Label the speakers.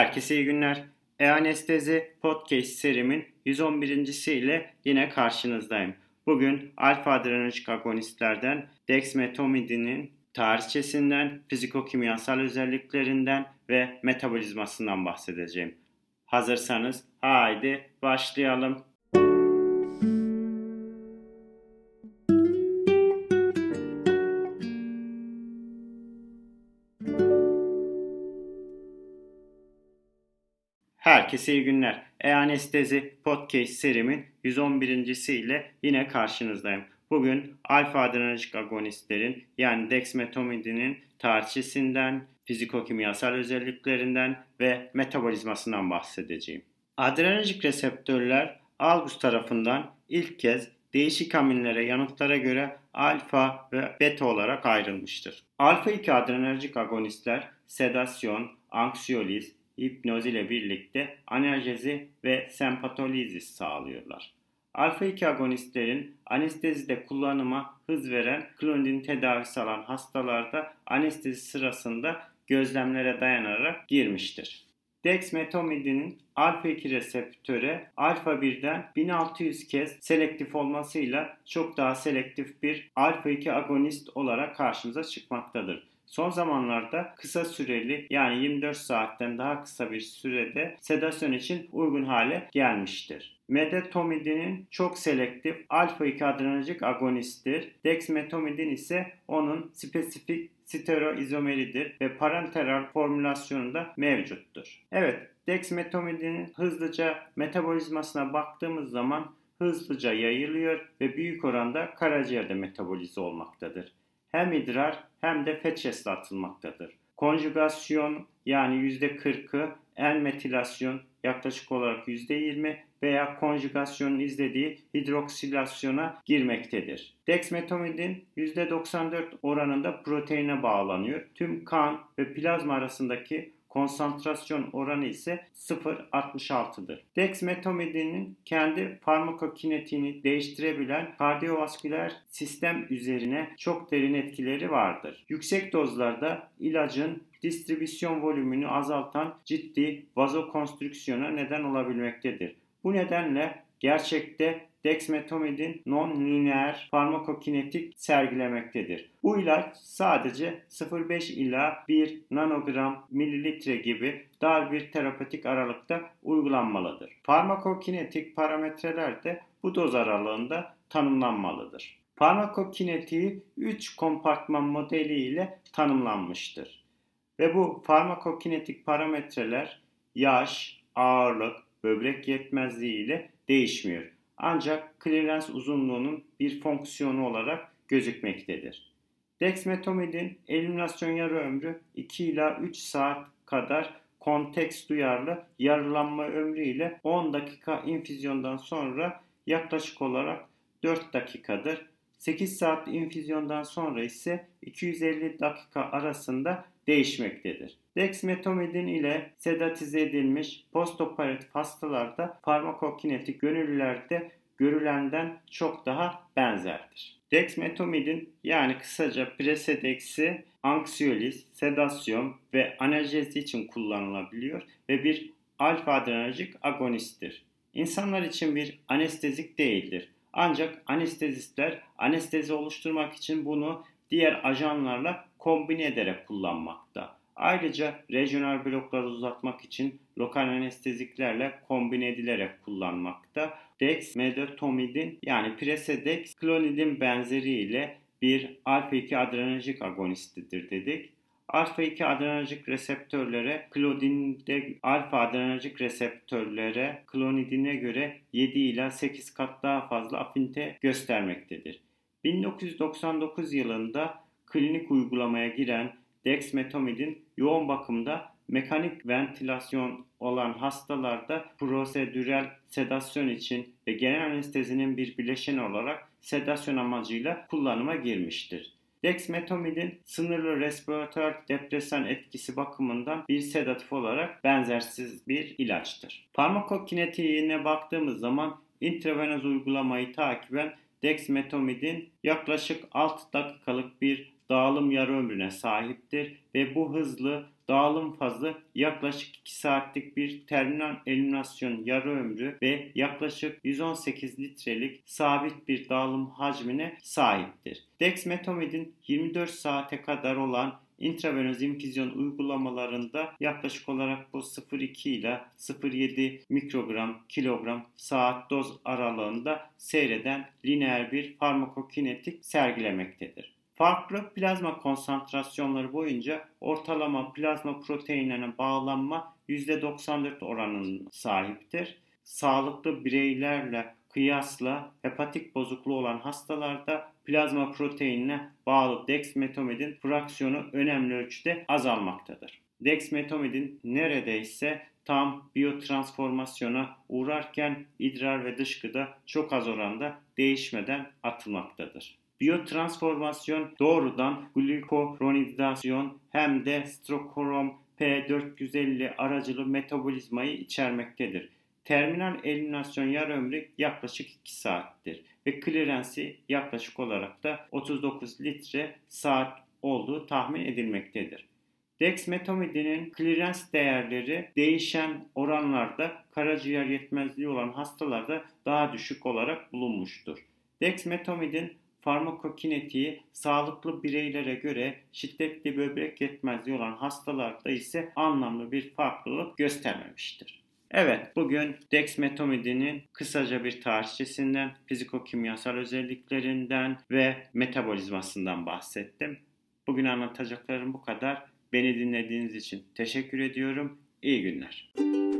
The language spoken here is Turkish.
Speaker 1: Herkese iyi günler. E-Anestezi Podcast serimin 111. ile yine karşınızdayım. Bugün alfa adrenerjik agonistlerden dexmetomidinin tarihçesinden, fizikokimyasal özelliklerinden ve metabolizmasından bahsedeceğim. Hazırsanız haydi başlayalım. Herkese iyi günler. E-Anestezi Podcast serimin 111. ile yine karşınızdayım. Bugün alfa adrenerjik agonistlerin yani dexmetomidinin tarihçesinden, fizikokimyasal özelliklerinden ve metabolizmasından bahsedeceğim. Adrenerjik reseptörler August tarafından ilk kez değişik aminlere yanıtlara göre alfa ve beta olarak ayrılmıştır. Alfa-2 adrenerjik agonistler sedasyon, anksiyoliz, hipnoz ile birlikte analjezi ve sempatolizis sağlıyorlar. Alfa-2 agonistlerin anestezide kullanıma hız veren klonidin tedavisi alan hastalarda anestezi sırasında gözlemlere dayanarak girmiştir. Dexmetomidinin alfa-2 reseptöre alfa-1'den 1600 kez selektif olmasıyla çok daha selektif bir alfa-2 agonist olarak karşımıza çıkmaktadır. Son zamanlarda kısa süreli yani 24 saatten daha kısa bir sürede sedasyon için uygun hale gelmiştir. Medetomidinin çok selektif alfa-2 adrenerjik agonisttir. Dexmetomidin ise onun spesifik stereoizomeridir ve parenteral formülasyonunda mevcuttur. Evet, dexmetomidinin hızlıca metabolizmasına baktığımız zaman hızlıca yayılıyor ve büyük oranda karaciğerde metabolize olmaktadır. Hem idrar hem de feçesle atılmaktadır. Konjugasyon yani %40'ı, N-metilasyon yaklaşık olarak %20 veya konjugasyonun izlediği hidroksilasyona girmektedir. Dexmetomidin %94 oranında proteine bağlanıyor. Tüm kan ve plazma arasındaki konsantrasyon oranı ise 0,66'dır. Dexmetomidinin kendi farmakokinetiğini değiştirebilen kardiyovasküler sistem üzerine çok derin etkileri vardır. Yüksek dozlarda ilacın distribüsyon volümünü azaltan ciddi vazokonstrüksiyona neden olabilmektedir. Bu nedenle gerçekte dexmetomidin non-lineer farmakokinetik sergilemektedir. Bu ilaç sadece 0,5 ila 1 nanogram mililitre gibi dar bir terapötik aralıkta uygulanmalıdır. Farmakokinetik parametreler de bu doz aralığında tanımlanmalıdır. Farmakokinetiği 3 kompartman modeli ile tanımlanmıştır. Ve bu farmakokinetik parametreler yaş, ağırlık, böbrek yetmezliği ile değişmiyor. Ancak klirens uzunluğunun bir fonksiyonu olarak gözükmektedir. Dexmetomidin eliminasyon yarı ömrü 2 ila 3 saat kadar konteks duyarlı yarılanma ömrü ile 10 dakika infüzyondan sonra yaklaşık olarak 4 dakikadır. 8 saat infüzyondan sonra ise 250 dakika arasında değişmektedir. Dexmetomidin ile sedatize edilmiş postoperatif hastalarda farmakokinetik gönüllülerde görülenden çok daha benzerdir. Dexmetomidin yani kısaca Presedex'i anksiyoliz, sedasyon ve analjezi için kullanılabiliyor ve bir alfa adrenerjik agonisttir. İnsanlar için bir anestezik değildir. Ancak anestezistler anestezi oluşturmak için bunu diğer ajanlarla kombine ederek kullanmakta. Ayrıca rejyonel blokları uzatmak için lokal anesteziklerle kombine edilerek kullanmakta. Dexmetomidin yani Precedex klonidin benzeri ile bir alfa-2 adrenerjik agonistidir dedik. Alfa-2 adrenerjik reseptörlere klonidinde alfa adrenerjik reseptörlere klonidine göre 7 ila 8 kat daha fazla afinite göstermektedir. 1999 yılında klinik uygulamaya giren dexmetomidin yoğun bakımda mekanik ventilasyon olan hastalarda prosedürel sedasyon için ve genel anestezinin bir bileşeni olarak sedasyon amacıyla kullanıma girmiştir. Dexmetomidin sınırlı respiratör depresan etkisi bakımından bir sedatif olarak benzersiz bir ilaçtır. Farmakokinetiğine baktığımız zaman intravenöz uygulamayı takiben dexmetomidin yaklaşık 6 dakikalık bir dağılım yarı ömrüne sahiptir ve bu hızlı dağılım fazı yaklaşık 2 saatlik bir terminal eliminasyon yarı ömrü ve yaklaşık 118 litrelik sabit bir dağılım hacmine sahiptir. Dexmetomidin 24 saate kadar olan intravenöz infüzyon uygulamalarında yaklaşık olarak bu 0,2 ile 0,7 mikrogram kilogram saat doz aralığında seyreden lineer bir farmakokinetik sergilemektedir. Farklı plazma konsantrasyonları boyunca ortalama plazma proteinlerine bağlanma %94 oranına sahiptir. Sağlıklı bireylerle kıyasla hepatik bozukluğu olan hastalarda plazma proteinine bağlı dexmetomidin fraksiyonu önemli ölçüde azalmaktadır. Dexmetomidin neredeyse tam biyotransformasyona uğrarken idrar ve dışkıda çok az oranda değişmeden atılmaktadır. Biyotransformasyon doğrudan glikoronidasyon hem de strokorom P450 aracılı metabolizmayı içermektedir. Terminal eliminasyon yarı ömrü yaklaşık 2 saattir ve klirensi yaklaşık olarak da 39 litre saat olduğu tahmin edilmektedir. Dexmetomidinin klirens değerleri değişen oranlarda karaciğer yetmezliği olan hastalarda daha düşük olarak bulunmuştur. Dexmetomidin farmakokinetiği sağlıklı bireylere göre şiddetli böbrek yetmezliği olan hastalarda ise anlamlı bir farklılık göstermemiştir. Evet, bugün dexmetomidinin kısaca bir tarihçesinden, fizikokimyasal özelliklerinden ve metabolizmasından bahsettim. Bugün anlatacaklarım bu kadar. Beni dinlediğiniz için teşekkür ediyorum. İyi günler.